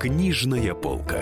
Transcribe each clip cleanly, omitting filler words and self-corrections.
Книжная полка.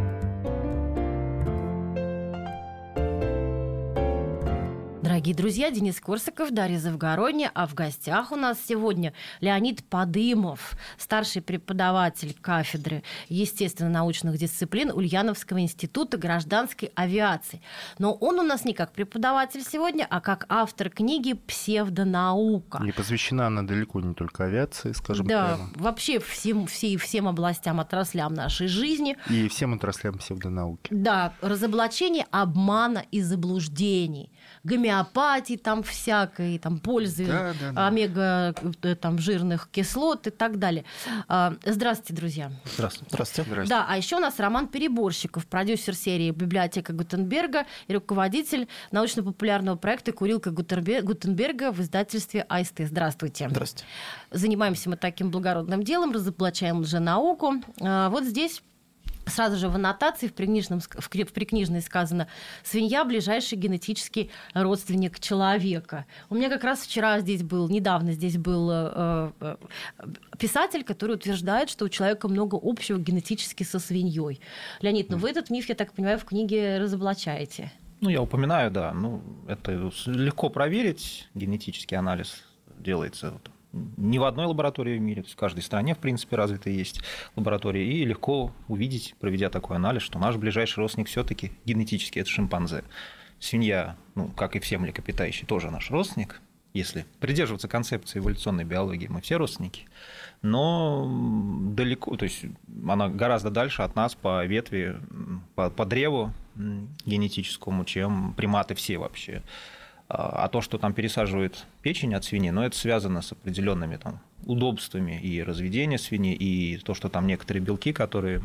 Дорогие друзья, Денис Корсаков, Дарья Завгородняя, а в гостях у нас сегодня Леонид Подымов, старший преподаватель кафедры естественно-научных дисциплин Ульяновского института гражданской авиации. Но он у нас не как преподаватель сегодня, а как автор книги «Псевдонаука». И посвящена она далеко не только авиации, скажем да, прямо. вообще всем областям, отраслям нашей жизни. И всем отраслям псевдонауки. Да, разоблачение обмана и заблуждений, гомеопатии там всякой, там пользы омега там, жирных кислот и так далее. Здравствуйте, друзья. Здравствуйте. Да, а еще у нас Роман Переборщиков, продюсер серии «Библиотека Гутенберга» и руководитель научно-популярного проекта «Курилка Гутенберга» в издательстве АСТ. Здравствуйте. Здравствуйте. Занимаемся мы таким благородным делом, разоблачаем лженауку. Вот здесь сразу же в аннотации, в прикнижной сказано: свинья – ближайший генетический родственник человека. У меня как раз недавно здесь был писатель, который утверждает, что у человека много общего генетически со свиньей. Леонид, вы этот миф, я так понимаю, в книге разоблачаете. Я упоминаю, да. Это легко проверить. Генетический анализ делается не в одной лаборатории в мире, в каждой стране, в принципе, развитые есть лаборатории, и легко увидеть, проведя такой анализ, что наш ближайший родственник все-таки генетически это шимпанзе. Свинья, как и все млекопитающие, тоже наш родственник. Если придерживаться концепции эволюционной биологии, мы все родственники, но далеко, то есть она гораздо дальше от нас по ветви, по древу генетическому, чем приматы все вообще. А то, что там пересаживают печень от свиньи, это связано с определенными удобствами и разведения свиньи, и то, что там некоторые белки, которые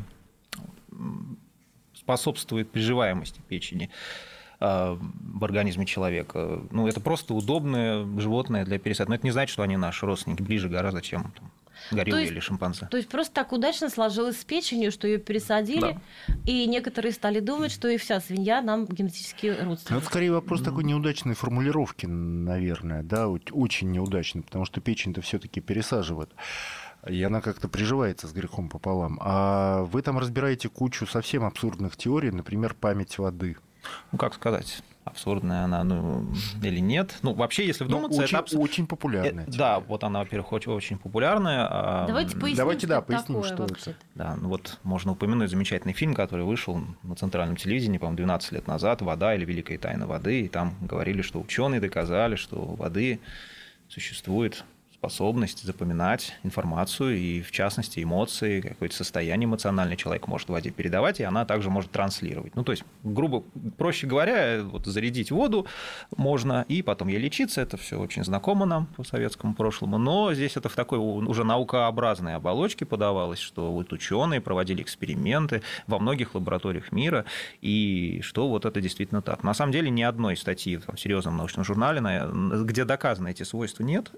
способствуют приживаемости печени в организме человека. Это просто удобное животное для пересадки. Но это не значит, что они наши родственники, ближе гораздо, чем гориллы или шимпанзе. То есть просто так удачно сложилось с печенью, что ее пересадили, да. И некоторые стали думать, что и вся свинья нам генетически родственник. Это скорее вопрос такой неудачной формулировки, наверное, да, очень неудачной, потому что печень-то все-таки пересаживают. И она как-то приживается с грехом пополам. А вы там разбираете кучу совсем абсурдных теорий, например, память воды. Как сказать, абсурдная она, или нет. Вообще, если вдуматься, это очень популярная. Да, она, во-первых, очень популярная. Давайте поясним, что это. Да, можно упомянуть замечательный фильм, который вышел на центральном телевидении, по-моему, 12 лет назад, «Вода» или «Великая тайна воды», и там говорили, что ученые доказали, что у воды существует способность запоминать информацию и, в частности, эмоции, какое-то состояние эмоциональное человек может в воде передавать, и она также может транслировать. То есть, проще говоря, зарядить воду можно, и потом ей лечиться, это все очень знакомо нам по советскому прошлому, но здесь это в такой уже наукообразной оболочке подавалось, что ученые проводили эксперименты во многих лабораториях мира, и что это действительно так. На самом деле, ни одной статьи в серьезном научном журнале, где доказаны эти свойства, нет.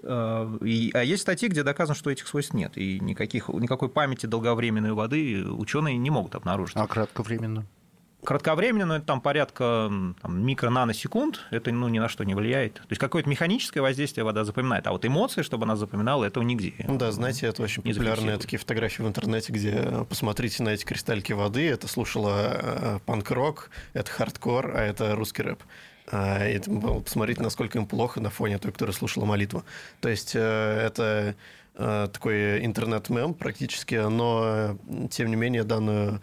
А есть статьи, где доказано, что этих свойств нет, и никакой памяти долговременной воды ученые не могут обнаружить. А кратковременно? Кратковременно, это порядка микро-наносекунд, это ни на что не влияет. То есть какое-то механическое воздействие вода запоминает, а эмоции, чтобы она запоминала, этого нигде. Да, знаете, это очень популярные такие фотографии в интернете, где посмотрите на эти кристальки воды, это слушала панк-рок, это хардкор, а это русский рэп. И посмотрите, насколько им плохо на фоне той, которая слушала молитву. То есть это такой интернет-мем практически, но тем не менее данную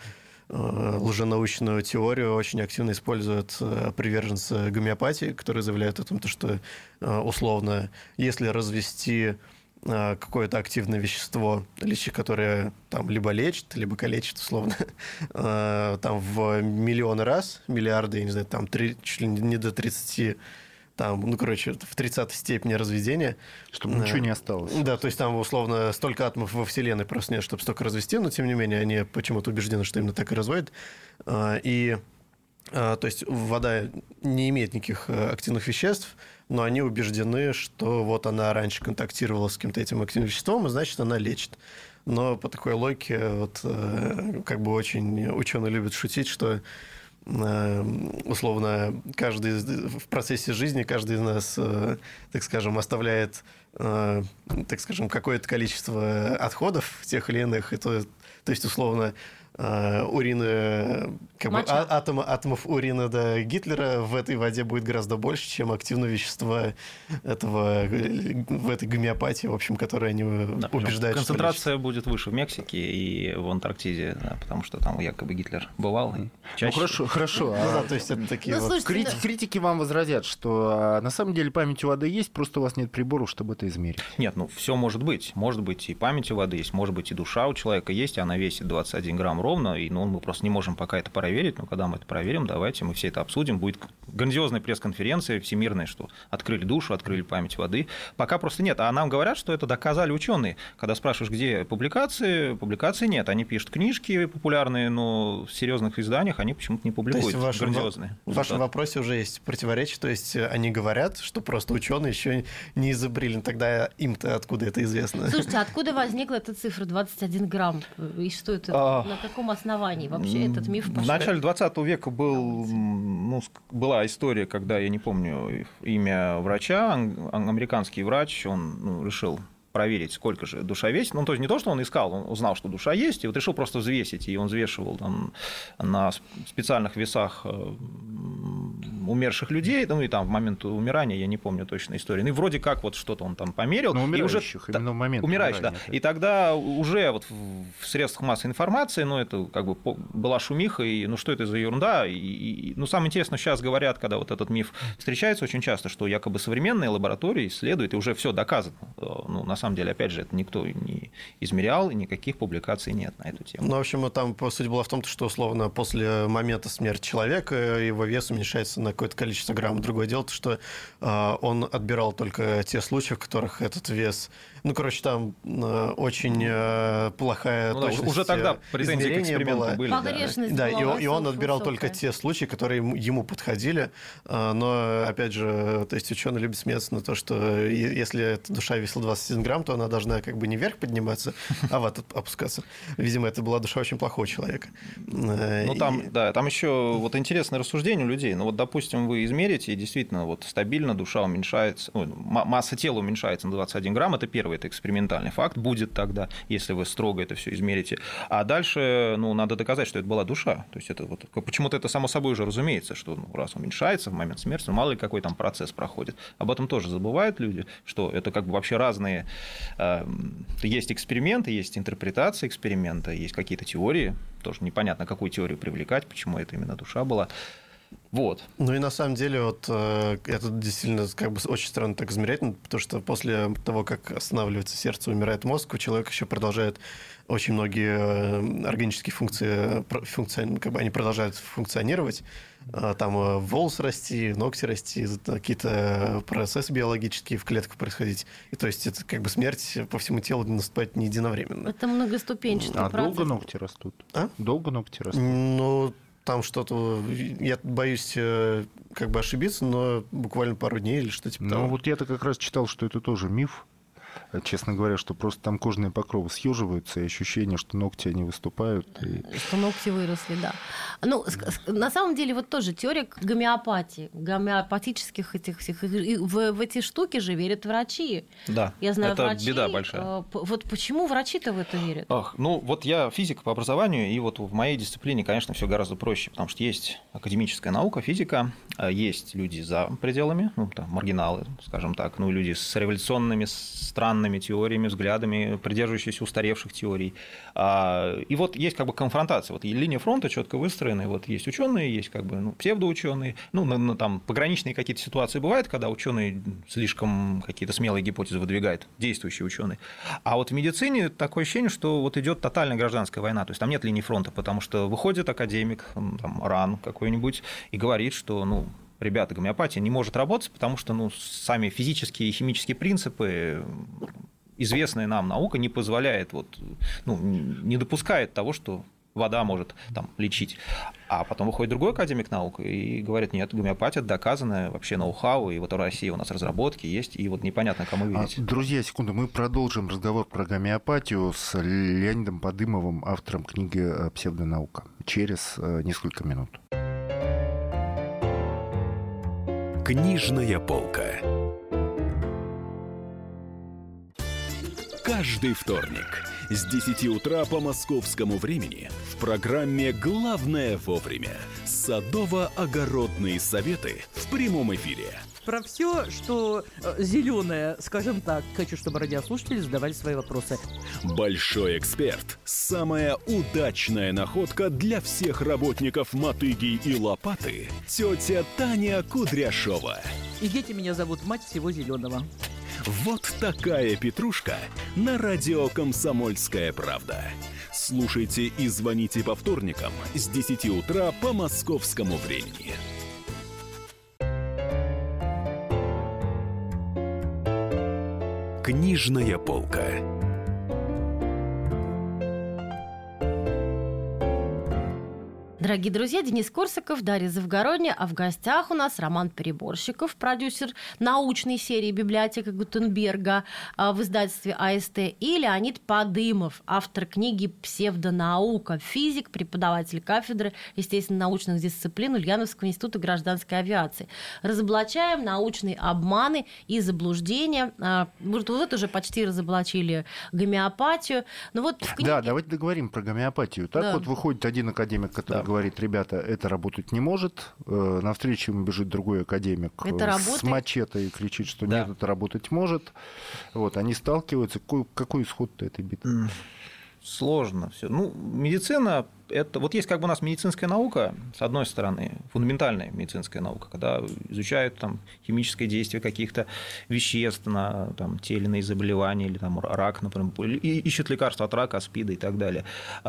лженаучную теорию очень активно используют приверженцы гомеопатии, которые заявляют о том, что условно, если развести какое-то активное вещество, которое либо лечит, либо калечит, условно, в миллионы раз, миллиарды, я не знаю, чуть ли не до 30, в 30-й степени разведения. Чтобы ничего не осталось. Да, то есть условно, столько атомов во Вселенной просто нет, чтобы столько развести, но, тем не менее, они почему-то убеждены, что именно так и разводят. То есть вода не имеет никаких активных веществ, но они убеждены, что она раньше контактировала с каким-то этим активным веществом, и значит, она лечит. Но по такой логике очень ученые любят шутить, что условно в процессе жизни каждый из нас, так скажем, оставляет, так скажем, какое-то количество отходов тех или иных. То есть, условно, урина, атомов урина до Гитлера в этой воде будет гораздо больше, чем активного вещества в этой гомеопатии, в общем, которую они убеждают. Концентрация будет выше в Мексике и в Антарктиде, да, потому что там якобы Гитлер бывал. Чаще. Ну хорошо. То есть это такие критики вам возразят, что на самом деле память у воды есть, просто у вас нет приборов, чтобы это измерить. Нет, все может быть. Может быть и память у воды есть, может быть и душа у человека есть, и она весит 21 грамм ровно, и мы просто не можем пока это проверить, но когда мы это проверим, давайте мы все это обсудим. Будет грандиозная пресс-конференция всемирная, что открыли душу, открыли память воды. Пока просто нет. А нам говорят, что это доказали ученые. Когда спрашиваешь, где публикации нет. Они пишут книжки популярные, но в серьезных изданиях они почему-то не публикуют. То есть в вашем вопросе уже есть противоречие, то есть они говорят, что просто ученые еще не изобрели, тогда им-то откуда это известно? Слушайте, откуда возникла эта цифра 21 грамм? И что это? На каком основании вообще этот миф пошел? В начале 20 века была история, когда, я не помню имя врача, американский врач, он решил проверить, сколько же душа весит. Ну, то есть не то, что он искал, он узнал, что душа есть, и вот решил просто взвесить, и он взвешивал там на специальных весах умерших людей, ну и там в момент умирания, я не помню точно историю. Ну и вроде как вот что-то он там померил. Но умирающих, именно в момент умирающих, да. И тогда уже вот в средствах массовой информации, ну это как бы была шумиха, и ну что это за ерунда. Ну самое интересное, сейчас говорят, когда вот этот миф встречается очень часто, что якобы современные лаборатории исследуют, и уже все доказано. Ну на самом деле, опять же, это никто не измерял, и никаких публикаций нет на эту тему. Ну, в общем, там суть была в том, что условно после момента смерти человека его вес уменьшается на какое-то количество грамм. Другое дело, что он отбирал только те случаи, в которых этот вес... Ну, короче, там очень плохая точность уже тогда претензии к эксперименту были. Да, и он отбирал только те случаи, которые ему подходили. Но, опять же, то есть ученые любят смеяться на то, что если эта душа весила 21 грамм, то она должна как бы не вверх подниматься, а в ад опускаться. Видимо, это была душа очень плохого человека. Ну, там еще вот интересное рассуждение у людей. Ну, вот, допустим, вы измерите, и действительно вот стабильно душа уменьшается, масса тела уменьшается на 21 грамм, это первый, это экспериментальный факт будет тогда, если вы строго это все измерите. А дальше, надо доказать, что это была душа. То есть это вот почему-то это само собой уже разумеется, что раз уменьшается в момент смерти, мало ли какой там процесс проходит. Об этом тоже забывают люди, что это как бы вообще разные. Есть эксперименты, есть интерпретация эксперимента, есть какие-то теории. Тоже непонятно, какую теорию привлекать, почему это именно душа была. Вот. Ну и на самом деле вот это действительно как бы очень странно так измерять, потому что после того, как останавливается сердце, умирает мозг, у человека еще продолжают очень многие органические функции, как бы они продолжают функционировать. Там волос расти, ногти расти, какие-то процессы биологические в клетках происходить. И то есть это как бы смерть по всему телу наступает не единовременно. Это многоступенчатый процесс. Долго ногти растут? Долго ногти растут? Ну, там что-то, я боюсь как бы ошибиться, но буквально пару дней или что-то типа того. Ну, вот я-то как раз читал, что это тоже миф. Честно говоря, что просто там кожные покровы съеживаются, и ощущение, что ногти они выступают. Что ногти выросли, да. Ну, на самом деле, вот тоже теория гомеопатии, гомеопатических этих всех. В эти штуки же верят врачи. Да, я знаю, это врачи, беда большая. Вот почему врачи-то в это верят? Вот я физик по образованию, и вот в моей дисциплине, конечно, все гораздо проще, потому что есть академическая наука, физика, есть люди за пределами, там, маргиналы, скажем так, люди с революционными странными теориями, взглядами, придерживающиеся устаревших теорий. И вот есть как бы конфронтация. Вот линия фронта четко выстроена, и вот есть ученые, есть как бы псевдоученые. Там пограничные какие-то ситуации бывают, когда ученые слишком какие-то смелые гипотезы выдвигают, действующие ученые. А вот в медицине такое ощущение, что вот идет тотальная гражданская война. То есть там нет линии фронта, потому что выходит академик, там, РАН какой-нибудь, и говорит, что ребята, гомеопатия не может работать, потому что сами физические и химические принципы, известная нам наука, не позволяет, не допускает того, что вода может там лечить. А потом выходит другой академик наук и говорит, нет, гомеопатия доказанная, вообще ноу-хау, и вот в России у нас разработки есть, и вот непонятно, кому верить. Друзья, секунду, мы продолжим разговор про гомеопатию с Леонидом Подымовым, автором книги «Псевдонаука», через несколько минут. Книжная полка. каждый вторник с 10 утра по московскому времени в программе «Главное вовремя» садово-огородные советы в прямом эфире. Про все, что зеленое, скажем так. Хочу, чтобы радиослушатели задавали свои вопросы. Большой эксперт. Самая удачная находка для всех работников мотыги и лопаты. Тетя Таня Кудряшова. И дети меня зовут мать всего зеленого. Вот такая петрушка на радио «Комсомольская правда». Слушайте и звоните по вторникам с 10 утра по московскому времени. Книжная полка. Дорогие друзья, Денис Корсаков, Дарья Завгородняя, а в гостях у нас Роман Переборщиков, продюсер научной серии «Библиотека Гутенберга» в издательстве АСТ, и Леонид Подымов, автор книги «Псевдонаука», физик, преподаватель кафедры естественно-научных дисциплин Ульяновского института гражданской авиации. Разоблачаем научные обманы и заблуждения. Вот уже почти разоблачили гомеопатию. Но вот в книге... Да, давайте договорим про гомеопатию. Так вот выходит один академик, который говорит: ребята, это работать не может. Навстречу ему бежит другой академик с мачете и кричит, что нет, это работать может. Вот, они сталкиваются. Какой исход-то этой битвы? Сложно все. Ну, медицина – это… Вот есть как бы у нас медицинская наука, с одной стороны, фундаментальная медицинская наука, когда изучают там химическое действие каких-то веществ на там, те или иные заболевания, или там рак, например, и ищут лекарства от рака, СПИДа и так далее.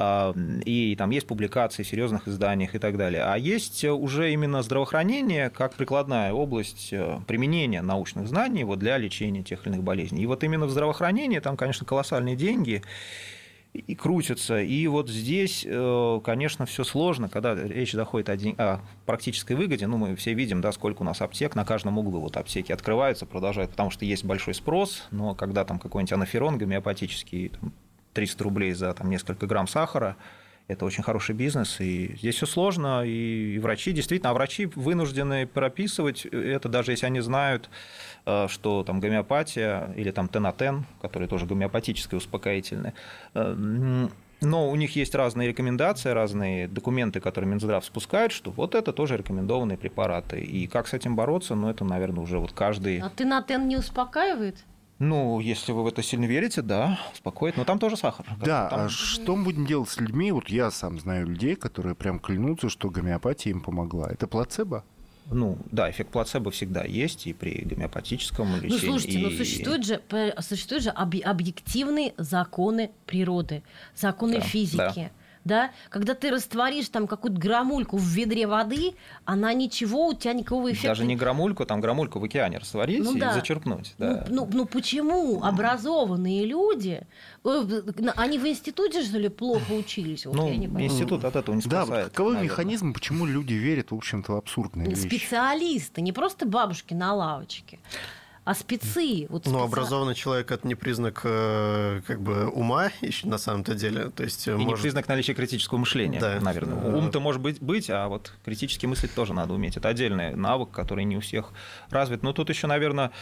И там есть публикации в серьезных изданиях и так далее. А есть уже именно здравоохранение как прикладная область применения научных знаний вот для лечения тех или иных болезней. И вот именно в здравоохранении там, конечно, колоссальные деньги и крутятся. И вот здесь, конечно, все сложно, когда речь заходит о практической выгоде. Ну, мы все видим, да, сколько у нас аптек, на каждом углу вот аптеки открываются, продолжают, потому что есть большой спрос, но когда там какой-нибудь анаферон гомеопатический, там, 300 рублей за там, несколько грамм сахара, это очень хороший бизнес, и здесь все сложно, и врачи действительно, а врачи вынуждены прописывать это, даже если они знают, что там гомеопатия или там тенотен, которые тоже гомеопатическое успокоительное, но у них есть разные рекомендации, разные документы, которые Минздрав спускает, что вот это тоже рекомендованные препараты. И как с этим бороться, ну, это, наверное, уже вот каждый… А тенотен не успокаивает? Ну, если вы в это сильно верите, да, успокоит. Но там тоже сахар. Да, там... а что мы будем делать с людьми? Вот я сам знаю людей, которые прям клянутся, что гомеопатия им помогла. Это плацебо? Ну, да, эффект плацебо всегда есть и при гомеопатическом лечении. Ну, слушайте, но существуют же объективные законы природы, законы физики. Да? Когда ты растворишь там какую-то грамульку в ведре воды, она ничего, у тебя никакого эффекта... Даже не грамульку, там грамульку в океане растворить и зачерпнуть. Да. Ну почему образованные люди, они в институте, что ли, плохо учились? Вот, ну, я не понимаю. Институт от этого не спасает. Да, вот каковы механизмы, почему люди верят, в общем-то, в абсурдные вещи? Специалисты, не просто бабушки на лавочке. А спецы... Вот но образованный человек – это не признак как бы ума еще на самом-то деле. То есть, и не признак наличия критического мышления, да, наверное. Ум-то может быть, а вот критически мыслить тоже надо уметь. Это отдельный навык, который не у всех развит. Но тут еще, наверное…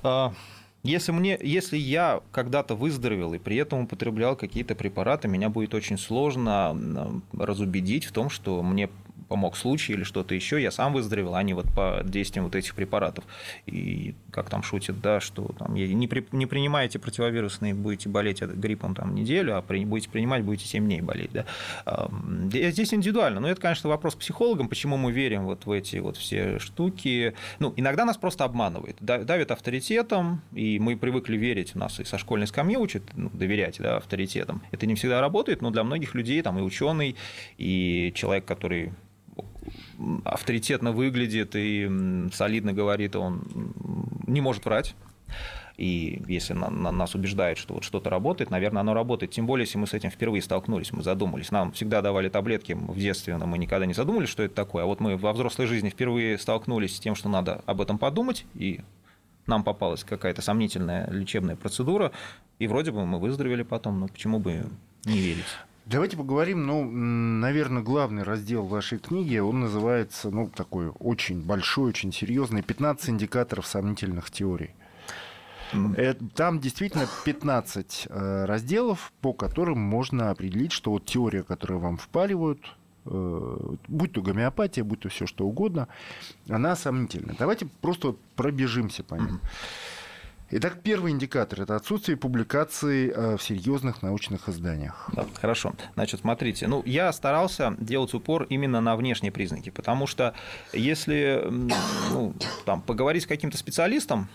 Если я когда-то выздоровел и при этом употреблял какие-то препараты, меня будет очень сложно разубедить в том, что мне помог случай или что-то еще, я сам выздоровел, а не вот по действиям вот этих препаратов. И как там шутят, да, что там, не принимаете противовирусные, будете болеть гриппом там, неделю, а будете принимать, будете 7 дней болеть. Да. Здесь индивидуально. Но это, конечно, вопрос к психологам, почему мы верим вот в эти вот все штуки. Ну, иногда нас просто обманывает, давит авторитетом, и мы привыкли верить, у нас и со школьной скамьи учат доверять, да, авторитетам. Это не всегда работает, но для многих людей, там, и ученый, и человек, который авторитетно выглядит и солидно говорит, он не может врать. И если нас убеждает, что вот что-то работает, наверное, оно работает. Тем более, если мы с этим впервые столкнулись, мы задумались. Нам всегда давали таблетки в детстве, но мы никогда не задумывались, что это такое. А вот мы во взрослой жизни впервые столкнулись с тем, что надо об этом подумать, и нам попалась какая-то сомнительная лечебная процедура, и вроде бы мы выздоровели потом, но почему бы не верить? Давайте поговорим, наверное, главный раздел вашей книги, он называется, такой очень большой, очень серьезный, 15 индикаторов сомнительных теорий. Там действительно 15 разделов, по которым можно определить, что вот теория, которую вам впаривают, будь то гомеопатия, будь то все что угодно, она сомнительна. Давайте просто пробежимся по ним. Итак, первый индикатор – это отсутствие публикаций в серьезных научных изданиях. Да, хорошо. Значит, смотрите, я старался делать упор именно на внешние признаки, потому что если поговорить с каким-то специалистом,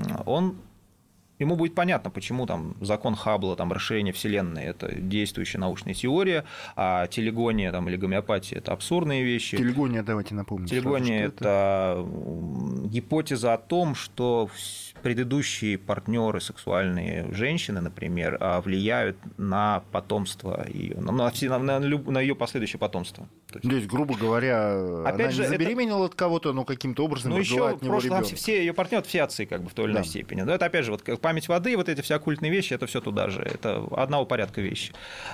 ему будет понятно, почему там закон Хаббла, расширение Вселенной – это действующая научная теория, а телегония или гомеопатия – это абсурдные вещи. Телегония, давайте напомним. Телегония – это гипотеза о том, что предыдущие партнеры сексуальные женщины, например, влияют на потомство, на ее последующее потомство. То есть, грубо говоря, опять она не забеременела от кого-то, но каким-то образом родила от него ребенка. Все ее партнеры, все отцы в той или иной степени. Но это, опять же, память воды, вот эти все оккультные вещи, это все туда же. Это одного порядка вещи.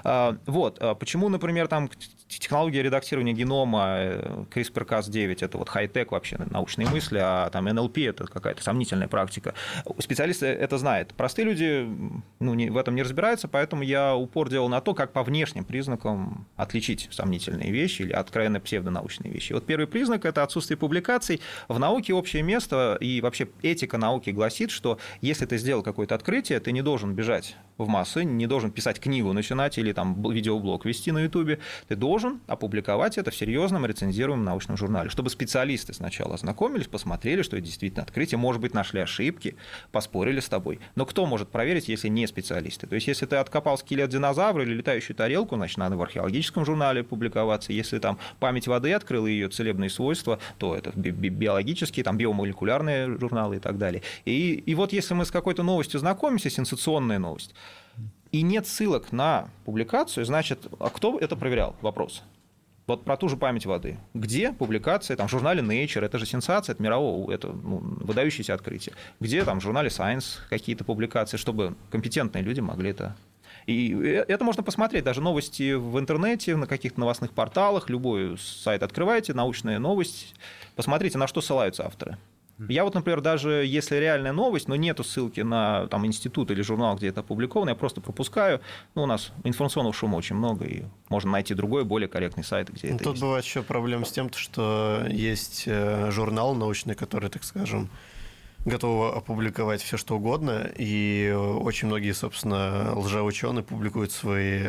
Почему, например, технология редактирования генома CRISPR-Cas9 – это хай-тек вообще научные мысли, а NLP – это какая-то сомнительная практика. Специалисты это знают. Простые люди в этом не разбираются, поэтому я упор делал на то, как по внешним признакам отличить сомнительные вещи или откровенно псевдонаучные вещи. Первый признак – это отсутствие публикаций. В науке общее место и вообще этика науки гласит, что если ты сделал какое-то открытие, ты не должен бежать в массы, не должен писать книгу, начинать или видеоблог вести на Ютубе. Ты должен опубликовать это в серьезном рецензируемом научном журнале, чтобы специалисты сначала ознакомились, посмотрели, что это действительно открытие, может быть, нашли ошибки, поспорили с тобой. Но кто может проверить, если не специалисты? То есть, если ты откопал скелет динозавра или летающую тарелку, значит, надо в археологическом журнале публиковаться. Если память воды открыл и ее целебные свойства, то это биологические, биомолекулярные журналы и так далее. И если мы с какой-то новостью знакомимся, сенсационная новость, и нет ссылок на публикацию, значит, а кто это проверял? Вопрос. Про ту же память воды. Где публикация? В журнале Nature, это же сенсация, это мирового, это выдающееся открытие. Где в журнале Science какие-то публикации, чтобы компетентные люди могли это... И это можно посмотреть, даже новости в интернете, на каких-то новостных порталах, любой сайт открываете, научная новость, посмотрите, на что ссылаются авторы. Я например, даже если реальная новость, но нету ссылки на институт или журнал, где это опубликовано, я просто пропускаю. У нас информационного шума очень много, и можно найти другой, более корректный сайт, где это Тут есть. бывает еще проблема с тем, что есть журнал научный, который, так скажем, готовы опубликовать все что угодно, и очень многие, собственно, лжеученые публикуют свои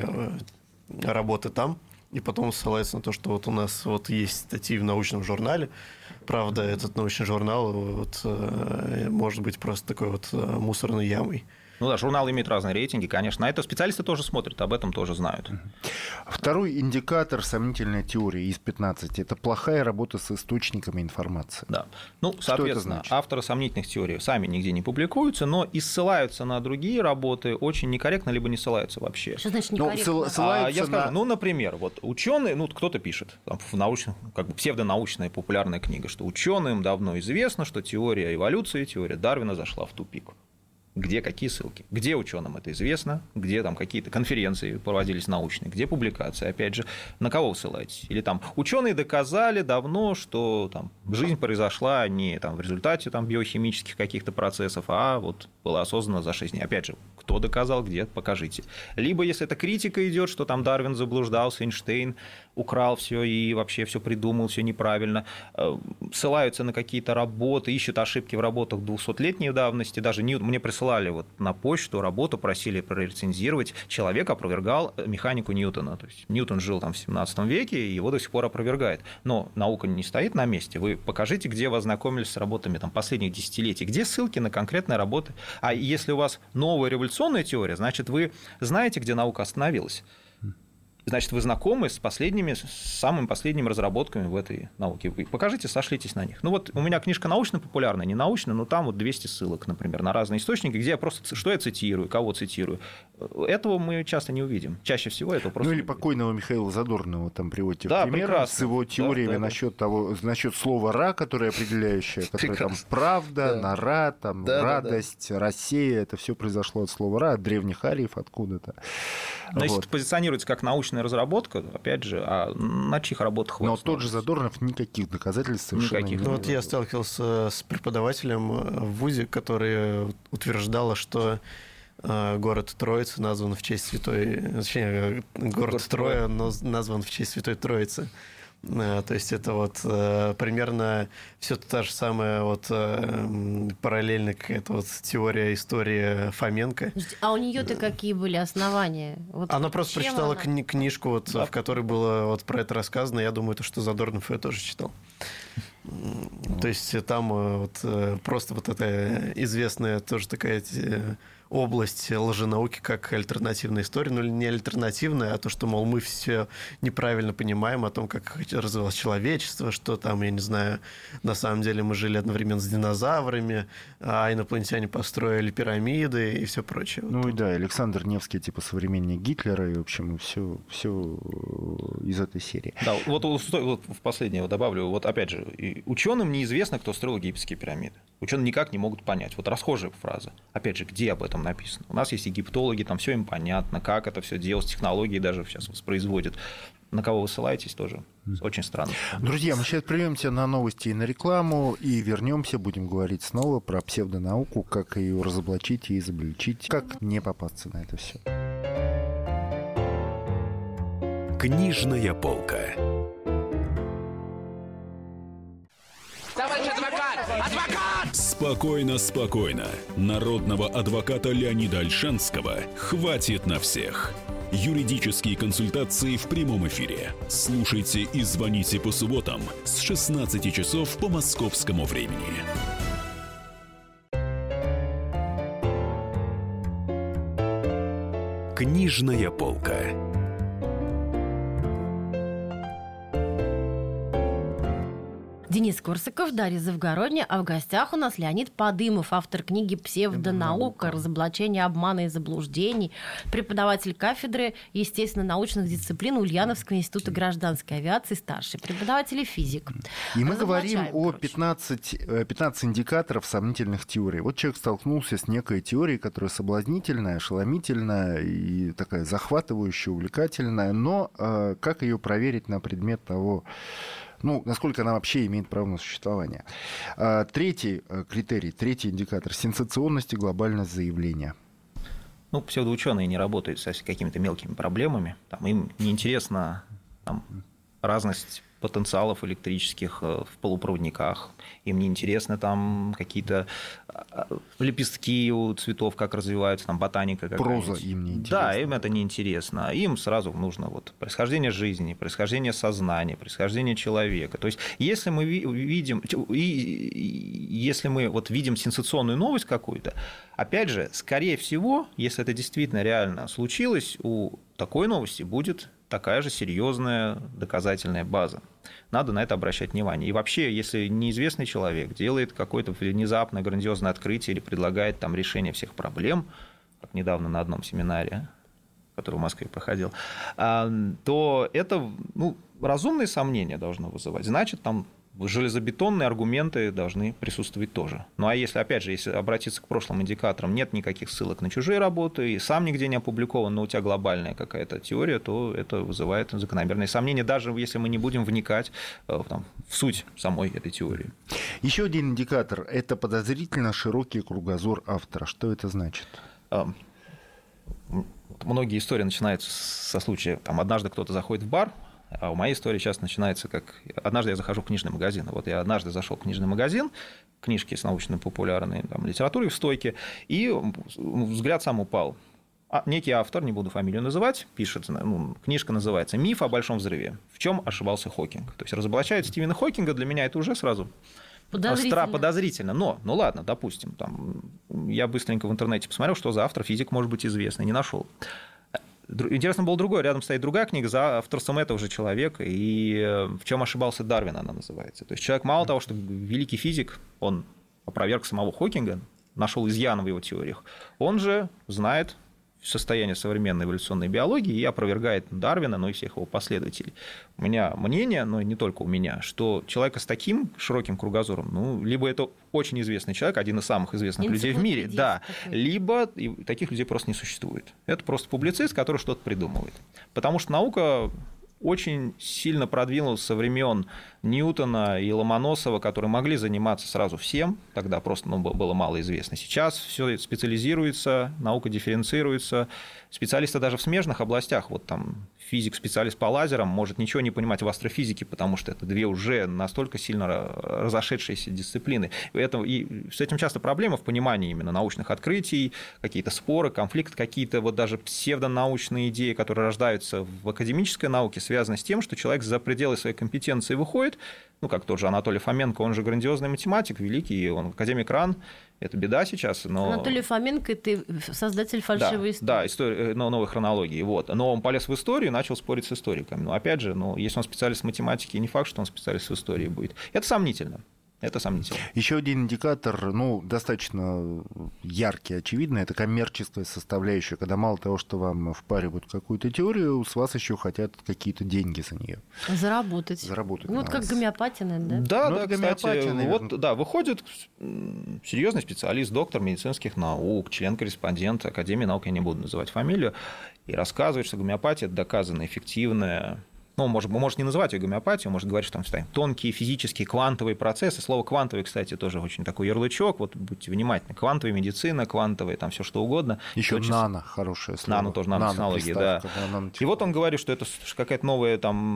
работы там, и потом ссылаются на то, что у нас есть статьи в научном журнале. Правда, этот научный журнал может быть просто такой мусорной ямой. Журналы имеют разные рейтинги, конечно. На это специалисты тоже смотрят, об этом тоже знают. Второй индикатор сомнительной теории из 15 – это плохая работа с источниками информации. Да. Соответственно, авторы сомнительных теорий сами нигде не публикуются, но и ссылаются на другие работы очень некорректно, либо не ссылаются вообще. Что значит некорректно? Я скажу, например, ученые, кто-то пишет, в научном, псевдонаучная популярная книга, что ученым давно известно, что теория эволюции, теория Дарвина зашла в тупик. Где какие ссылки? Где ученым это известно? Где какие-то конференции проводились научные? Где публикации? Опять же, на кого вы ссылаетесь? Или ученые доказали давно, что жизнь произошла не в результате биохимических каких-то процессов, а была осознанно за 6 дней. Опять же, кто доказал, где? Покажите. Либо, если это критика идет, что Дарвин заблуждался, Эйнштейн украл все и вообще все придумал, все неправильно, ссылаются на какие-то работы, ищут ошибки в работах 200-летней давности. Даже мне присылали на почту работу, просили прорецензировать. Человек опровергал механику Ньютона. То есть Ньютон жил в 17 веке, и его до сих пор опровергает. Но наука не стоит на месте. Вы покажите, где вы ознакомились с работами последних десятилетий, где ссылки на конкретные работы. А если у вас новая революционная теория, значит, вы знаете, где наука остановилась. Значит, вы знакомы с самыми последними разработками в этой науке. Вы покажите, сошлитесь на них. У меня книжка научно-популярная, не научная, но там 200 ссылок, например, на разные источники, где я просто, что я цитирую, кого цитирую. Этого мы часто не увидим. Чаще всего этого просто или покойного Михаила Задорнова приводите в пример с его теориями насчет слова «ра», которое определяющее, которое правда, нора, радость, Россия. Это все произошло от слова «ра», от древних ариев, откуда-то. Значит, позиционируется как научная научная разработка, опять же, а на чьих работах хватит? Но тот же Задорнов никаких доказательств совершенно Никаких. не Ну, приводит. вот я сталкивался с преподавателем в ВУЗе, который утверждала, что город Троица назван в честь святой... Точнее, город Троя назван в честь святой Троицы. То есть это вот примерно все та же самая вот параллельно какая-то вот теория истории Фоменко. А у нее-то какие были основания? Вот Она просто чем прочитала она? книжку, вот, в которой было вот про это рассказано. Я думаю, то, что Задорнов ее тоже читал. То есть там вот просто вот эта известная тоже такая область лженауки, как альтернативная история, ну или не альтернативная, а то, что, мол, мы все неправильно понимаем о том, как развивалось человечество, что там, я не знаю, на самом деле мы жили одновременно с динозаврами, а инопланетяне построили пирамиды и все прочее. Ну и да, Александр Невский типа современник Гитлера, и, в общем, все из этой серии. Да, вот в последнее добавлю, вот опять же, ученым неизвестно, кто строил египетские пирамиды. Ученые никак не могут понять. Вот расхожая фраза. Опять же, где об этом написано? У нас есть египтологи, там все им понятно, как это все делать, технологии даже сейчас воспроизводят. На кого вы ссылаетесь, тоже очень странно. Друзья, мы сейчас прервемся на новости и на рекламу, и вернемся, будем говорить снова про псевдонауку, как ее разоблачить и изобличить, как не попасться на это все. Книжная полка. Товарищ адвокат! Адвокат! Спокойно, спокойно. Народного адвоката Леонида Ольшанского хватит на всех. Юридические консультации в прямом эфире. Слушайте и звоните по субботам с 16 часов по московскому времени. Книжная полка. Денис Корсаков, Дарья Завгородня, а в гостях у нас Леонид Подымов, автор книги «Псевдонаука. Разоблачение обмана и заблуждений», преподаватель кафедры естественно-научных дисциплин Ульяновского института гражданской авиации, старший преподаватель и физик. И мы говорим о короче. 15 индикаторов сомнительных теорий. Вот человек столкнулся с некой теорией, которая соблазнительная, ошеломительная и такая захватывающая, увлекательная, но как ее проверить на предмет того, насколько она вообще имеет право на существование. Третий критерий, третий индикатор – сенсационность и глобальность заявления. Псевдоученые не работают с какими-то мелкими проблемами. Им неинтересна разность потенциалов электрических в полупроводниках. Им не интересны какие-то лепестки у цветов, как развиваются, ботаника какая-нибудь. Проза им не интересна. Да, им это не интересно. Им сразу нужно происхождение жизни, происхождение сознания, происхождение человека. То есть, если мы видим сенсационную новость какую-то, опять же, скорее всего, если это действительно реально случилось, у такой новости будет такая же серьезная доказательная база. Надо на это обращать внимание. И вообще, если неизвестный человек делает какое-то внезапное грандиозное открытие или предлагает решение всех проблем, как недавно на одном семинаре, который в Москве проходил, то это разумные сомнения должно вызывать. Значит, железобетонные аргументы должны присутствовать тоже. А если обратиться к прошлым индикаторам, нет никаких ссылок на чужие работы, и сам нигде не опубликован, но у тебя глобальная какая-то теория, то это вызывает закономерные сомнения, даже если мы не будем вникать в суть самой этой теории. Еще один индикатор – это подозрительно широкий кругозор автора. Что это значит? Многие истории начинаются со случая, однажды кто-то заходит в бар, а у моей истории сейчас начинается как... Однажды я захожу в книжный магазин. Я однажды зашел в книжный магазин, книжки с научно-популярной литературой в стойке, и взгляд сам упал. Некий автор, не буду фамилию называть, пишет, книжка называется «Миф о большом взрыве. В чем ошибался Хокинг». То есть разоблачают Стивена Хокинга, для меня это уже сразу... Подозрительно. Но, ладно, допустим, я быстренько в интернете посмотрел, что за автор, физик может быть известный, не нашел. Интересно было другое. Рядом стоит другая книга за авторством этого же человека. И «В чем ошибался Дарвин» она называется. То есть человек мало того, что великий физик, он опроверг самого Хокинга, нашел изъяны в его теориях, он же знает состояние современной эволюционной биологии и опровергает Дарвина, но и всех его последователей. У меня мнение, но не только у меня, что человека с таким широким кругозором, либо это очень известный человек, один из самых известных людей в мире, да, либо таких людей просто не существует. Это просто публицист, который что-то придумывает. Потому что наука очень сильно продвинулась со времен Ньютона и Ломоносова, которые могли заниматься сразу всем, тогда просто было мало известно. Сейчас все специализируется, наука дифференцируется. Специалисты даже в смежных областях, вот там физик, специалист по лазерам, может ничего не понимать в астрофизике, потому что это две уже настолько сильно разошедшиеся дисциплины. И с этим часто проблема в понимании именно научных открытий, какие-то споры, конфликты, какие-то вот даже псевдонаучные идеи, которые рождаются в академической науке, связаны с тем, что человек за пределы своей компетенции выходит, как тот же Анатолий Фоменко, он же грандиозный математик, великий, он академик РАН, это беда сейчас, но... Анатолий Фоменко – это создатель фальшивой истории. Да, история, новой хронологии. Вот. Но он полез в историю и начал спорить с историками. Но опять же, если он специалист в математике, не факт, что он специалист в истории будет. Это сомнительно. Еще один индикатор, достаточно яркий, очевидный, это коммерческая составляющая, когда мало того, что вам впаривают какую-то теорию, с вас еще хотят какие-то деньги за нее. Заработать. Как гомеопатия, наверное, да? Да, кстати, выходит серьезный специалист, доктор медицинских наук, член-корреспондент Академии наук, я не буду называть фамилию, и рассказывает, что гомеопатия доказана эффективная. Может не называть ее гомеопатию, может говорить, что там тонкие физические квантовые процессы. Слово «квантовый», кстати, тоже очень такой ярлычок. Вот будьте внимательны. Квантовая медицина, квантовые, там все что угодно. Еще нано, хорошее слово. Нано тоже, нанотехнологии, да. И вот он говорит, что это какое-то новое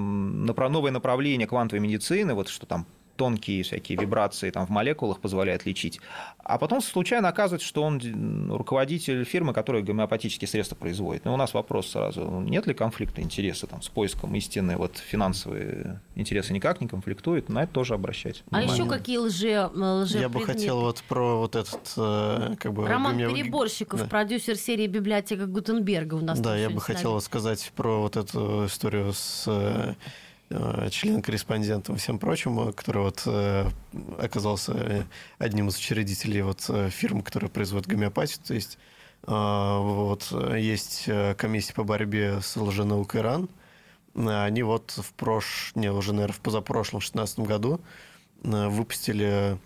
направление квантовой медицины, вот что там тонкие всякие вибрации там в молекулах позволяют лечить. А потом случайно оказывается, что он руководитель фирмы, которая гомеопатические средства производит. И у нас вопрос сразу, нет ли конфликта интереса с поиском истины? Вот финансовые интересы никак не конфликтуют, на это тоже обращать внимание. А еще какие лже Я бы хотел про этот... Роман Переборщиков, продюсер серии «Библиотека Гутенберга» у нас. Да, я бы хотел сказать про вот эту историю с... член-корреспондентом и всем прочим, который оказался одним из учредителей фирмы, которая производит гомеопатию. То есть есть комиссия по борьбе с лженаукой РАН. Они в позапрошлом, 2016 году выпустили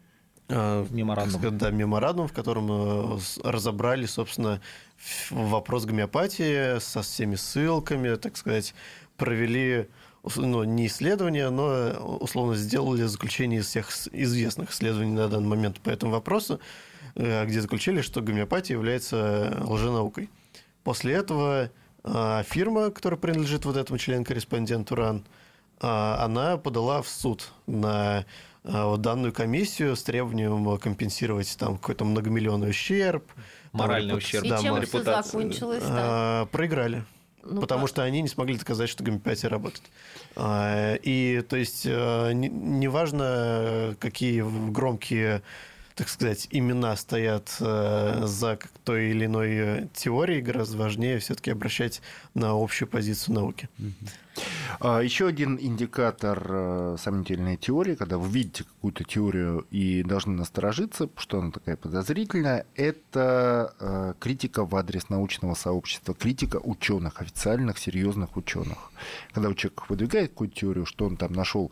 меморандум, в котором разобрали, собственно, вопрос гомеопатии со всеми ссылками, так сказать, провели не исследования, но условно сделали заключение из всех известных исследований на данный момент по этому вопросу, где заключили, что гомеопатия является лженаукой. После этого фирма, которая принадлежит этому член-корреспонденту РАН, она подала в суд на данную комиссию с требованием компенсировать какой-то многомиллионный ущерб. Моральный ущерб. И чем все закончилось? Проиграли. Потому что они не смогли доказать, что гомеопатия работает. И, то есть, неважно, какие громкие, так сказать, имена стоят за той или иной теорией, гораздо важнее все-таки обращать на общую позицию науки. Еще один индикатор сомнительной теории, когда вы видите какую-то теорию и должны насторожиться, что она такая подозрительная, это критика в адрес научного сообщества, критика ученых, официальных, серьезных ученых. Когда человек выдвигает какую-то теорию, что он там нашел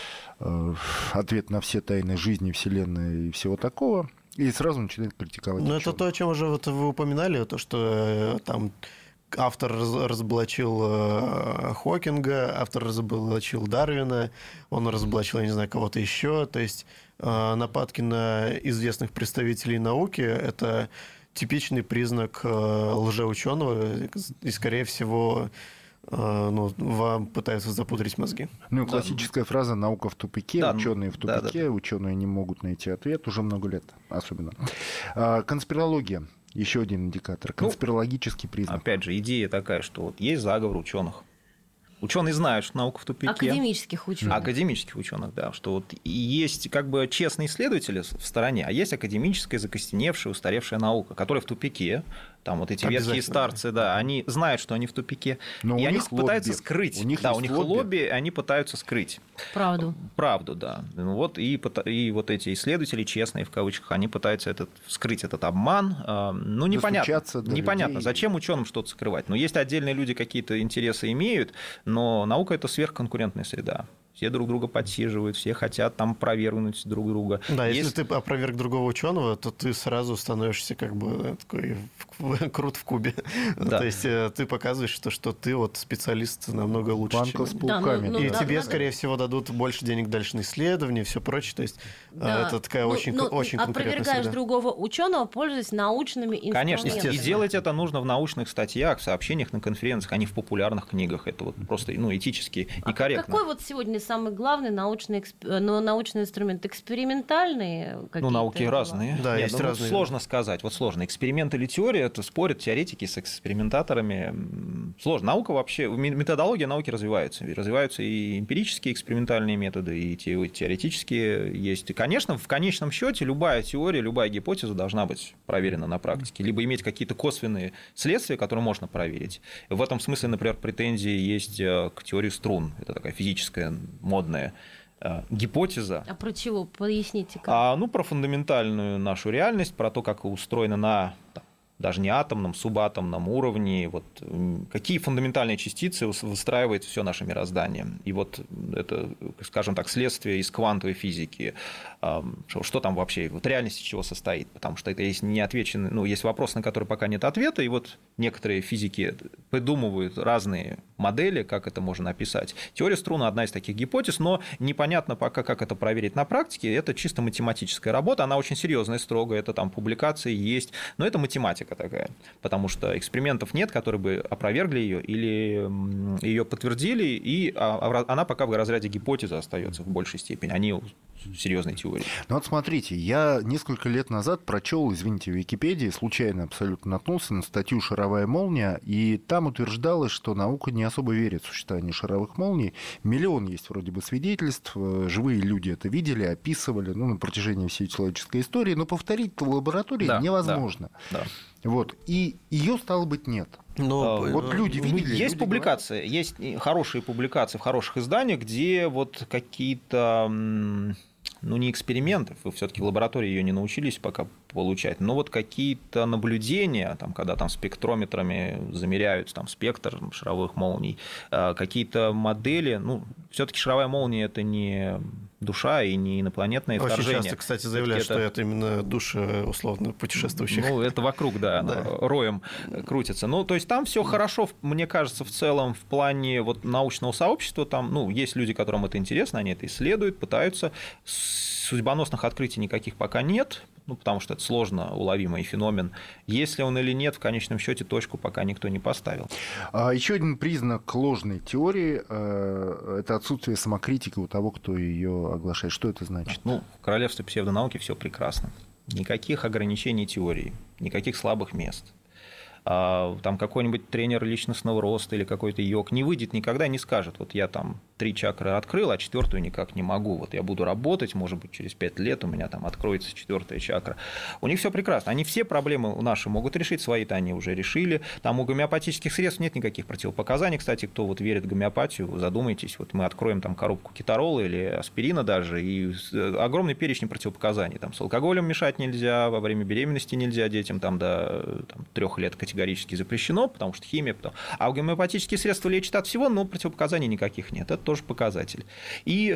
ответ на все тайны жизни, Вселенной и всего такого, и сразу начинает критиковать. Это то, о чем уже вы упоминали, то, что там автор разоблачил Хокинга, автор разоблачил Дарвина, он разоблачил, я не знаю, кого-то еще. То есть нападки на известных представителей науки – это типичный признак лжеученого, и, скорее всего, вам пытаются запудрить мозги. Классическая фраза «наука в тупике», ученые в тупике, ученые не могут найти ответ уже много лет, особенно. Конспирология. Еще один индикатор. Конспирологический признак. Опять же, идея такая, что есть заговор ученых. Ученые знают, что наука в тупике. Академических ученых. Академических ученых, да. Что вот есть как бы честные исследователи в стороне, а есть академическая, закостеневшая, устаревшая наука, которая в тупике. Там вот эти ветхие старцы, да, они знают, что они в тупике, но и они пытаются скрыть. У них лобби, они пытаются скрыть. Правду. Правду, да. Ну, вот, и вот эти исследователи, честные в кавычках, они пытаются скрыть этот обман. Ну, непонятно, зачем ученым что-то скрывать. Но есть отдельные люди, какие-то интересы имеют, но наука – это сверхконкурентная среда. Все друг друга подсиживают, все хотят там опровергнуть друг друга. Да, если ты опроверг другого ученого, то ты сразу становишься как бы такой крут в кубе. Да. То есть ты показываешь, что ты вот специалист намного лучше, банка с пауками. И тебе, скорее всего, дадут больше денег дальше на исследования и все прочее. То есть это такая очень конкурентная опровергаешь среда. Другого ученого, пользуясь научными инструментами. Конечно, и делать это нужно в научных статьях, в сообщениях на конференциях, а не в популярных книгах. Это вот просто этически и корректно. Какой вот сегодня самый главный научный инструмент? Экспериментальные какие-то? Науки разные. Да, есть разные. Сложно сказать. Вот сложно. Эксперимент или теория, это спорят теоретики с экспериментаторами. Сложно. Наука вообще, методология науки развивается. Развиваются и эмпирические экспериментальные методы, и теоретические есть. И, конечно, в конечном счете любая теория, любая гипотеза должна быть проверена на практике, либо иметь какие-то косвенные следствия, которые можно проверить. В этом смысле, например, претензии есть к теории струн. Это такая физическая, модная гипотеза. А про чего? Поясните. Про фундаментальную нашу реальность, про то, как устроена даже не атомном, субатомном уровне, вот какие фундаментальные частицы выстраивает все наше мироздание. И вот это, скажем так, следствие из квантовой физики. Что там вообще, вот реальность из чего состоит? Потому что это есть неотвеченный, есть вопрос, на который пока нет ответа, и вот некоторые физики придумывают разные модели, как это можно описать. Теория струн – одна из таких гипотез, но непонятно пока, как это проверить на практике. Это чисто математическая работа, она очень серьезная, строгая, это там публикации есть, но это математика такая, потому что экспериментов нет, которые бы опровергли ее или ее подтвердили, и она пока в разряде гипотезы остается в большей степени, а не серьезной теории. Ну вот смотрите, я несколько лет назад прочел, извините, в Википедии, случайно абсолютно наткнулся на статью «Шаровая молния», и там утверждалось, что наука не особо верит в существование шаровых молний. Миллион есть вроде бы свидетельств, живые люди это видели, описывали на протяжении всей человеческой истории, но повторить это в лаборатории невозможно. Да. Вот. И ее, стало быть, нет. Вот люди видели. Есть публикации, есть хорошие публикации в хороших изданиях, где вот какие-то, не эксперименты, вы все-таки в лаборатории ее не научились пока получать, но вот какие-то наблюдения, когда спектрометрами замеряют спектр шаровых молний, какие-то модели, все-таки шаровая молния – это не душа и не инопланетное вторжение. Очень часто, кстати, заявляют, что это именно души условно путешествующих. Это вокруг, роем крутится. То есть там все хорошо, мне кажется, в целом в плане научного сообщества. Там, есть люди, которым это интересно, они это исследуют, пытаются. Судьбоносных открытий никаких пока нет, потому что это сложно уловимый феномен. Есть ли он или нет, в конечном счете точку пока никто не поставил. Еще один признак ложной теории – это отсутствие самокритики у того, кто ее оглашает. Что это значит? В королевстве псевдонауки все прекрасно. Никаких ограничений теории, никаких слабых мест. Там какой-нибудь тренер личностного роста или какой-то йог не выйдет никогда и не скажет, я 3 чакры открыл, а 4-ю никак не могу. Я буду работать, может быть, через 5 лет у меня откроется 4-я чакра. У них все прекрасно. Они все проблемы наши могут решить, свои-то они уже решили. Там у гомеопатических средств нет никаких противопоказаний. Кстати, кто верит в гомеопатию, задумайтесь, мы откроем коробку кетарола или аспирина даже, и огромный перечень противопоказаний. С алкоголем мешать нельзя, во время беременности нельзя детям до 3 лет категорически запрещено, потому что химия. А гомеопатические средства лечат от всего, но противопоказаний никаких нет. Это тоже показатель. И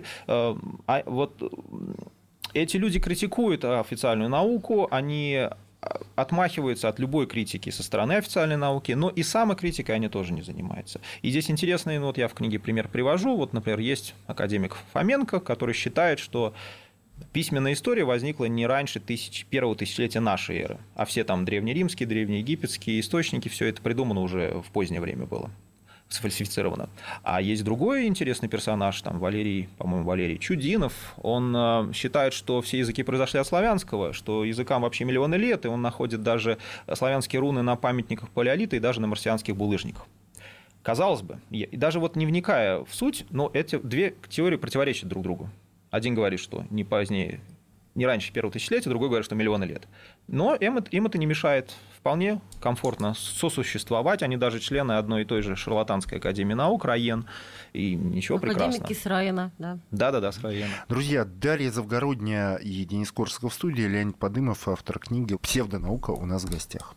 эти люди критикуют официальную науку, они отмахиваются от любой критики со стороны официальной науки, но и самокритикой они тоже не занимаются. И здесь интересный, я в книге пример привожу. Например, есть академик Фоменко, который считает, что письменная история возникла не раньше первого тысячелетия нашей эры, а все древнеримские, древнеегипетские источники, все это придумано уже в позднее время было, сфальсифицировано. А есть другой интересный персонаж, Валерий Чудинов, он считает, что все языки произошли от славянского, что языкам вообще миллионы лет, и он находит даже славянские руны на памятниках палеолита и даже на марсианских булыжниках. казалось бы, и даже вот не вникая в суть, но эти две теории противоречат друг другу. Один говорит, что не позднее, не раньше первого тысячелетия, другой говорит, что миллионы лет. Но им это не мешает вполне комфортно сосуществовать. Они даже члены одной и той же Шарлатанской академии наук, РАЕН, и ничего прекрасного. Академики с РАЕНа, да. Да, с РАЕНа. Друзья, Дарья Завгородняя и Денис Корсаков в студии, Леонид Подымов, автор книги «Псевдонаука» у нас в гостях.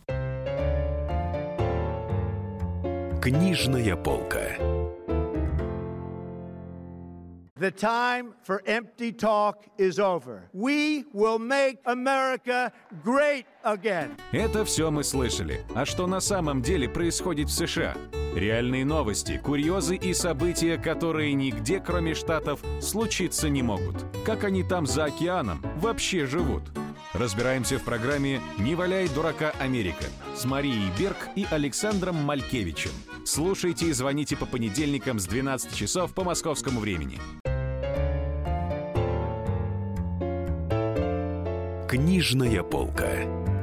Книжная полка. The time for empty talk is over. We will make America great again. Это все мы слышали. А что на самом деле происходит в США? Реальные новости, курьезы и события, которые нигде, кроме Штатов, случиться не могут. Как они там за океаном вообще живут? Разбираемся в программе «Не валяй дурака, Америка» с Марией Берг и Александром Малькевичем. Слушайте и звоните по понедельникам с 12 часов по московскому времени. Книжная полка.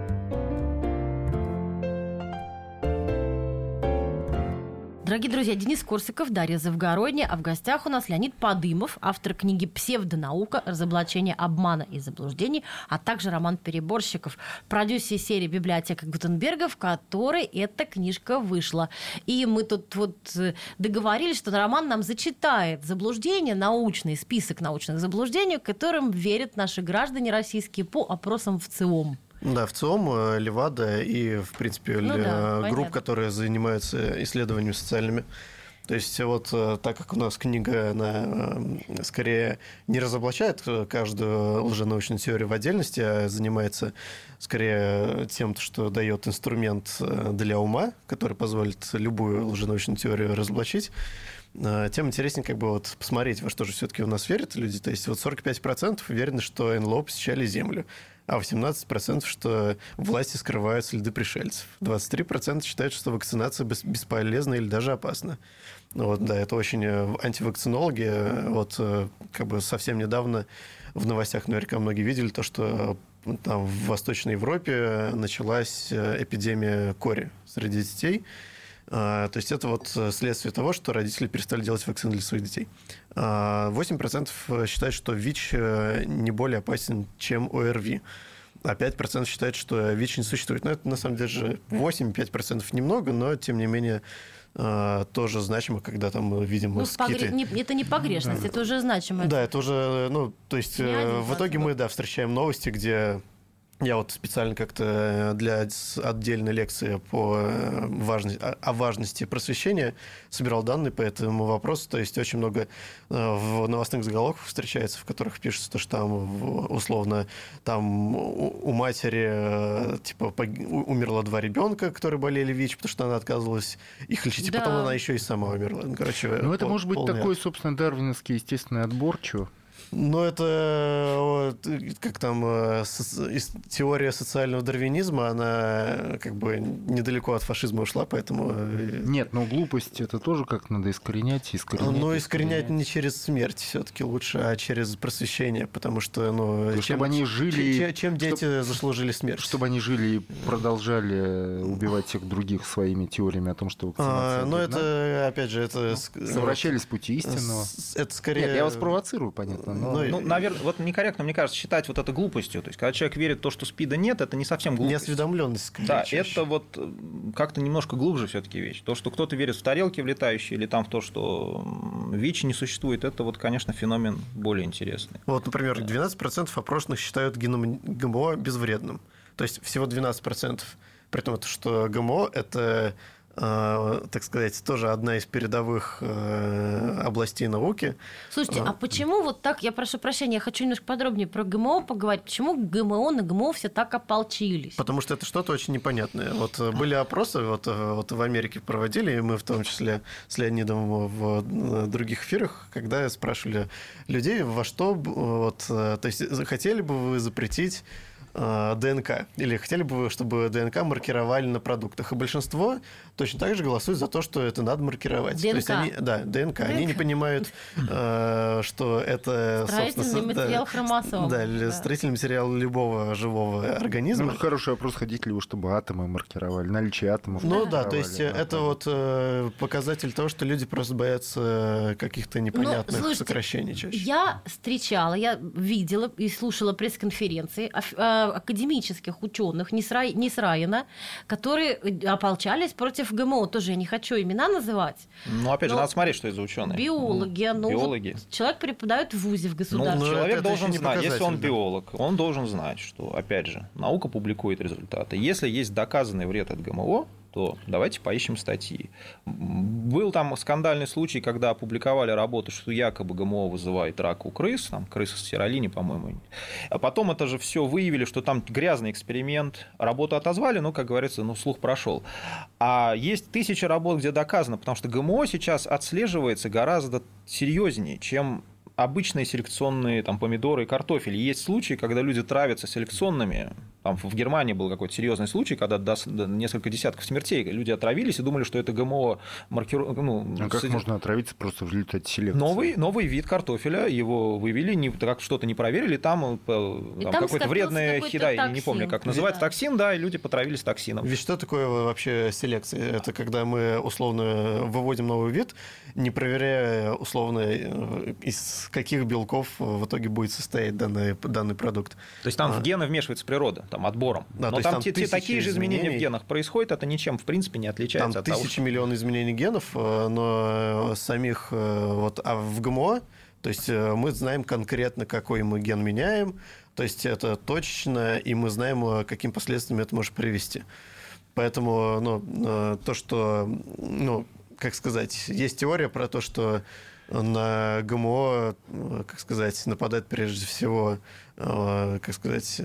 Дорогие друзья, Денис Корсаков, Дарья Завгородняя, а в гостях у нас Леонид Подымов, автор книги «Псевдонаука. Разоблачение обмана и заблуждений», а также Роман Переборщиков, продюсер серии «Библиотека Гутенберга», в которой эта книжка вышла. И мы тут вот договорились, что Роман нам зачитает заблуждения, научный список научных заблуждений, которым верят наши граждане российские по опросам в ЦИОМ. Да, в ЦИОМ, Левада и, в принципе, групп, которые занимаются исследованиями социальными. То есть вот так как у нас книга, она скорее не разоблачает каждую лженаучную теорию в отдельности, а занимается скорее тем, что дает инструмент для ума, который позволит любую лженаучную теорию разоблачить, тем интереснее как бы вот посмотреть, во что же все-таки у нас верят люди. То есть вот 45% уверены, что НЛО посещали Землю, а 18%, что власти скрывают следы пришельцев. 23% считают, что вакцинация бесполезна или даже опасна. Вот, да, это очень антивакцинологи. Вот как бы совсем недавно в новостях наверняка многие видели то, что там в Восточной Европе началась эпидемия кори среди детей. То есть это вот следствие того, что родители перестали делать вакцины для своих детей. 8% считают, что ВИЧ не более опасен, чем ОРВИ. А 5% считают, что ВИЧ не существует. Но это на самом деле же 8-5% немного, но тем не менее тоже значимо, когда там мы видим скиты. Это не погрешность, это уже значимо. Да, это уже, то есть в итоге мы, встречаем новости, где... Я вот специально как-то для отдельной лекции о важности просвещения собирал данные по этому вопросу. То есть очень много в новостных заголовках встречается, в которых пишется, то, что там условно там у матери типа умерло 2 ребенка, которые болели ВИЧ, потому что она отказывалась их лечить, да. И потом она еще и сама умерла. Короче, это может быть такой, собственно, дарвиновский естественный отбор, чего? Ну, это как там теория социального дарвинизма, она как бы недалеко от фашизма ушла, поэтому... Нет, но глупость это тоже как надо искоренять. Но искоренять не через смерть все-таки лучше, а через просвещение, потому что, чтобы они жили... Чем дети заслужили смерть? Чтобы они жили и продолжали убивать всех других своими теориями о том, что вакцинация... Ну, это, опять же, это... Совращались с пути истинного. Это скорее... Нет, я вас провоцирую, понятно. Наверное, вот некорректно, мне кажется, считать вот это глупостью. То есть, когда человек верит в то, что СПИДа нет, это не совсем глупость. Неосведомленность, скорее. Да, чаще. это вот как-то немножко глубже все-таки вещь. То, что кто-то верит в тарелки влетающие или там в то, что ВИЧ не существует, это вот, конечно, феномен более интересный. Вот, например, 12% опрошенных считают ГМО безвредным. То есть всего 12%. При том, что ГМО – это... так сказать, тоже одна из передовых областей науки. Слушайте, а почему вот так, я прошу прощения, я хочу немножко подробнее про ГМО поговорить, почему на ГМО все так ополчились? Потому что это что-то очень непонятное. Вот были опросы, вот в Америке проводили, и мы в том числе с Леонидом в других эфирах, когда спрашивали людей, во что, то есть хотели бы вы запретить ДНК? Или хотели бы вы, чтобы ДНК маркировали на продуктах? И большинство точно так же голосует за то, что это надо маркировать. ДНК. То есть они, да, ДНК. Они не понимают, что это, строительный материал хромосом. Да, строительный материал любого живого организма. Ну, хороший вопрос, хотите ли вы, чтобы атомы маркировали, наличие атомов Ну маркировали. да, то есть это вот показатель того, что люди просто боятся каких-то непонятных сокращений чаще. Я встречала, я видела и слушала пресс-конференции академических ученых Нисраина, которые ополчались против ГМО. Тоже я не хочу имена называть. Ну, опять же, надо смотреть, что это за ученые. Биологи. Биологи. Человек преподает в ВУЗе в государстве. Человек должен знать, если он биолог, он должен знать, что, опять же, наука публикует результаты. Если есть доказанный вред от ГМО, то давайте поищем статьи. Был там скандальный случай, когда опубликовали работу, что якобы ГМО вызывает рак у крыс, там крысы с сиролини, по-моему. А потом это же все выявили, что там грязный эксперимент. Работу отозвали, ну, как говорится, слух прошел. А есть тысячи работ, где доказано, потому что ГМО сейчас отслеживается гораздо серьезнее, чем обычные селекционные там, помидоры и картофель. Есть случаи, когда люди травятся селекционными. Там в Германии был какой-то серьезный случай, когда до несколько десятков смертей люди отравились и думали, что это ГМО маркировка. Как можно отравиться просто в результате селекции? Новый вид картофеля, его вывели, как что-то не проверили, там какой-то вредный хидай, я не помню, как называется, токсин, да, и люди потравились токсином. Ведь что такое вообще селекция? Это когда мы условно выводим новый вид, не проверяя условно, из каких белков в итоге будет состоять данный продукт. То есть там в гены вмешивается природа, там отбором. Да, но там такие же изменения в генах происходят, это ничем в принципе не отличается там от того, тысячи миллионов изменений генов, но самих а в ГМО, то есть мы знаем конкретно, какой мы ген меняем, то есть это точечно, и мы знаем, каким последствиям это может привести. Поэтому то, что, как сказать, есть теория про то, что на ГМО, как сказать, нападает прежде всего, как сказать,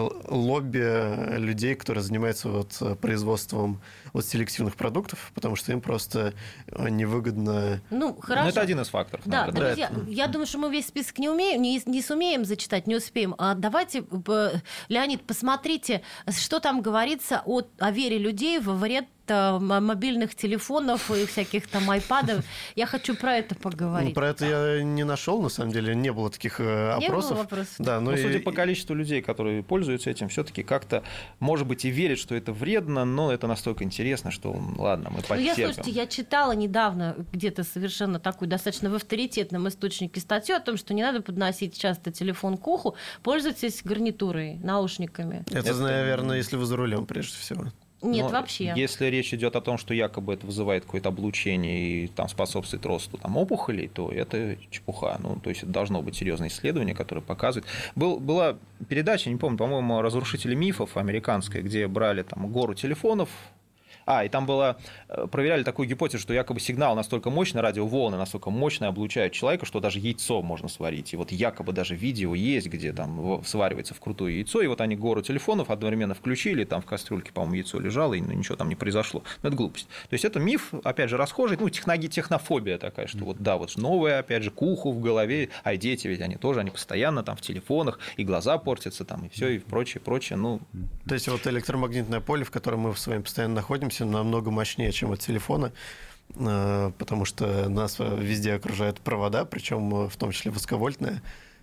лобби людей, которые занимаются производством селективных продуктов, потому что им просто невыгодно. Хорошо. Это один из факторов. Да, друзья, я думаю, что мы весь список не сумеем зачитать, не успеем. Давайте, Леонид, посмотрите, что там говорится о вере людей во вред мобильных телефонов и всяких там айпадов. Я хочу про это поговорить. Про это я не нашел, на самом деле, не было таких опросов. Не было вопросов. Да, судя по количеству людей, которые пользуются этим, все-таки как-то, может быть, и верят, что это вредно, но это настолько интересно, что ладно, мы потерпим. Слушайте, я читала недавно где-то совершенно такую достаточно в авторитетном источнике статью о том, что не надо подносить часто телефон к уху, пользуйтесь гарнитурой, наушниками. Это, наверное, если вы за рулем, прежде всего. Нет, вообще. Если речь идет о том, что якобы это вызывает какое-то облучение и там способствует росту опухолей, то это чепуха. То есть это должно быть серьезное исследование, которое показывает. Была передача, не помню, по-моему, «Разрушители мифов» американская, где брали там гору телефонов. И там проверяли такую гипотезу, что якобы сигнал настолько мощный, радиоволны настолько мощные облучают человека, что даже яйцо можно сварить. И вот якобы даже видео есть, где там сваривается вкрутую яйцо, и вот они гору телефонов одновременно включили, там в кастрюльке, по-моему, яйцо лежало, и ничего там не произошло. Но это глупость. То есть это миф, опять же, расхожий, технофобия такая, что новое, опять же, к уху в голове, а дети ведь они постоянно там в телефонах, и глаза портятся, там, и все, и прочее. То есть электромагнитное поле, в котором мы с вами постоянно находимся, намного мощнее, чем от телефона, потому что нас везде окружают провода, причем в том числе высоковольтные.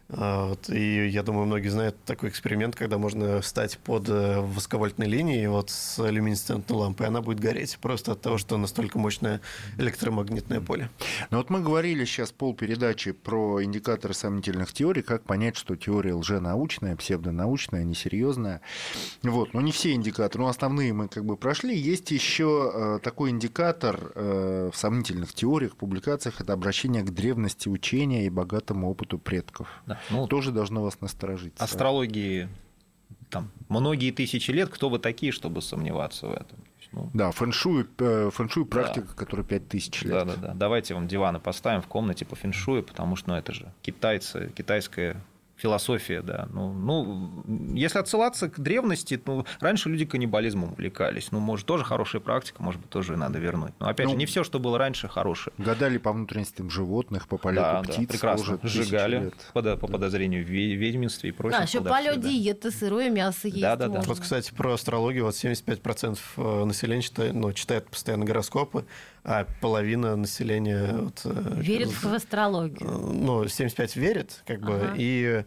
И я думаю, многие знают такой эксперимент, когда можно встать под высоковольтной линией с люминесцентной лампой, и она будет гореть просто от того, что настолько мощное электромагнитное поле. Мы говорили сейчас полпередачи про индикаторы сомнительных теорий, как понять, что теория лженаучная, псевдонаучная, несерьезная. Но не все индикаторы, основные мы прошли. Есть еще такой индикатор в сомнительных теориях, публикациях, это обращение к древности учения и богатому опыту предков. Да. Тоже должно вас насторожить. Астрологии многие тысячи лет, кто вы такие, чтобы сомневаться в этом? Да, фэншуй практика, которая 5000 лет. Да. Давайте вам диваны поставим в комнате по фэншую, потому что это же китайская философия, да. Если отсылаться к древности, раньше люди каннибализмом увлекались. Может, тоже хорошая практика, может быть, тоже надо вернуть. Но, опять же, не все, что было раньше, хорошее. Гадали по внутренностям животных, по полету птиц. Да, прекрасно. Сжигали по подозрению в ведьминстве и прочее. Еще палеодиета, сырое мясо есть. Да. Вот, кстати, про астрологию. 75% населения читает постоянно гороскопы, а половина населения... верит в астрологию. 75% верит, и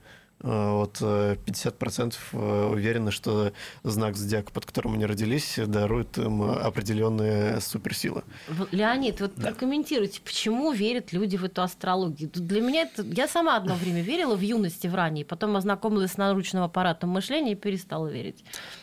50% уверены, что знак зодиака, под которым они родились, дарует им определенные суперсилы. Леонид, прокомментируйте, почему верят люди в эту астрологию? Для меня это... Я сама одно время верила в юности, в ранней, потом ознакомилась с наручным аппаратом мышления и перестала верить.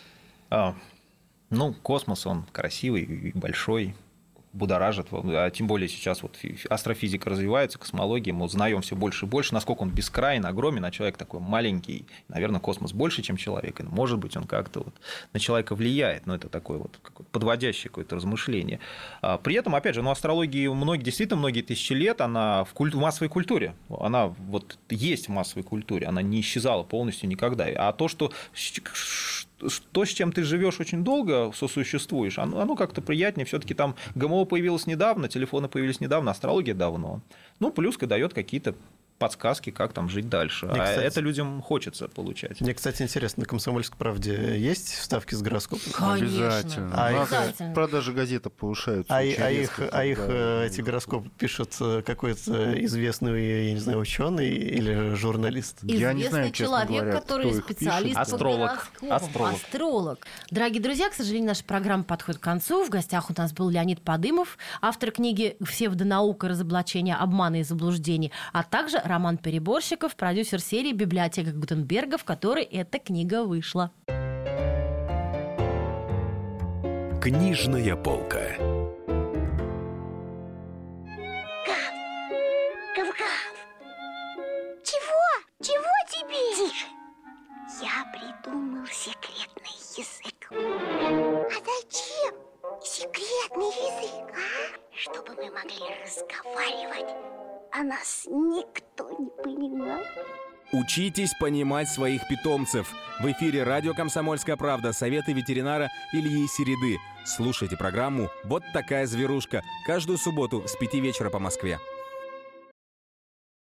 Космос, он красивый и большой, будоражит, а тем более сейчас астрофизика развивается, космология, мы узнаем все больше и больше, насколько он бескрайен, огромен, а человек такой маленький. Наверное, космос больше, чем человек, и, может быть, он как-то на человека влияет, но это такое подводящее какое-то размышление. При этом, опять же, астрология действительно многие тысячи лет, она в массовой культуре, она есть в массовой культуре, она не исчезала полностью никогда. А то, с чем ты живешь очень долго, сосуществуешь, оно как-то приятнее. Все-таки там ГМО появилось недавно, телефоны появились недавно, астрология давно. Плюска дает какие-то подсказки, как там жить дальше. Это людям хочется получать. Мне, кстати, интересно, на «Комсомольской правде» есть вставки с гороскопом? Обязательно. Продажи газеты повышаются. Эти гороскопы пишет какой-то известный, я не знаю, ученый или журналист? Я не знаю, человек, который специалист по гороскопам. Астролог. Дорогие друзья, к сожалению, наша программа подходит к концу. В гостях у нас был Леонид Подымов, автор книги «Псевдонаука. Разоблачение обмана и заблуждений», а также Роман Переборщиков, продюсер серии «Библиотека Гутенберга», в которой эта книга вышла. Книжная полка. Гав! Чего тебе? Тише! Я придумал секретный язык. А зачем секретный язык, Чтобы мы могли разговаривать, а нас никто не понимал. Учитесь понимать своих питомцев. В эфире радио «Комсомольская правда». Советы ветеринара Ильи Середы. Слушайте программу «Вот такая зверушка» каждую субботу с 5 вечера по Москве.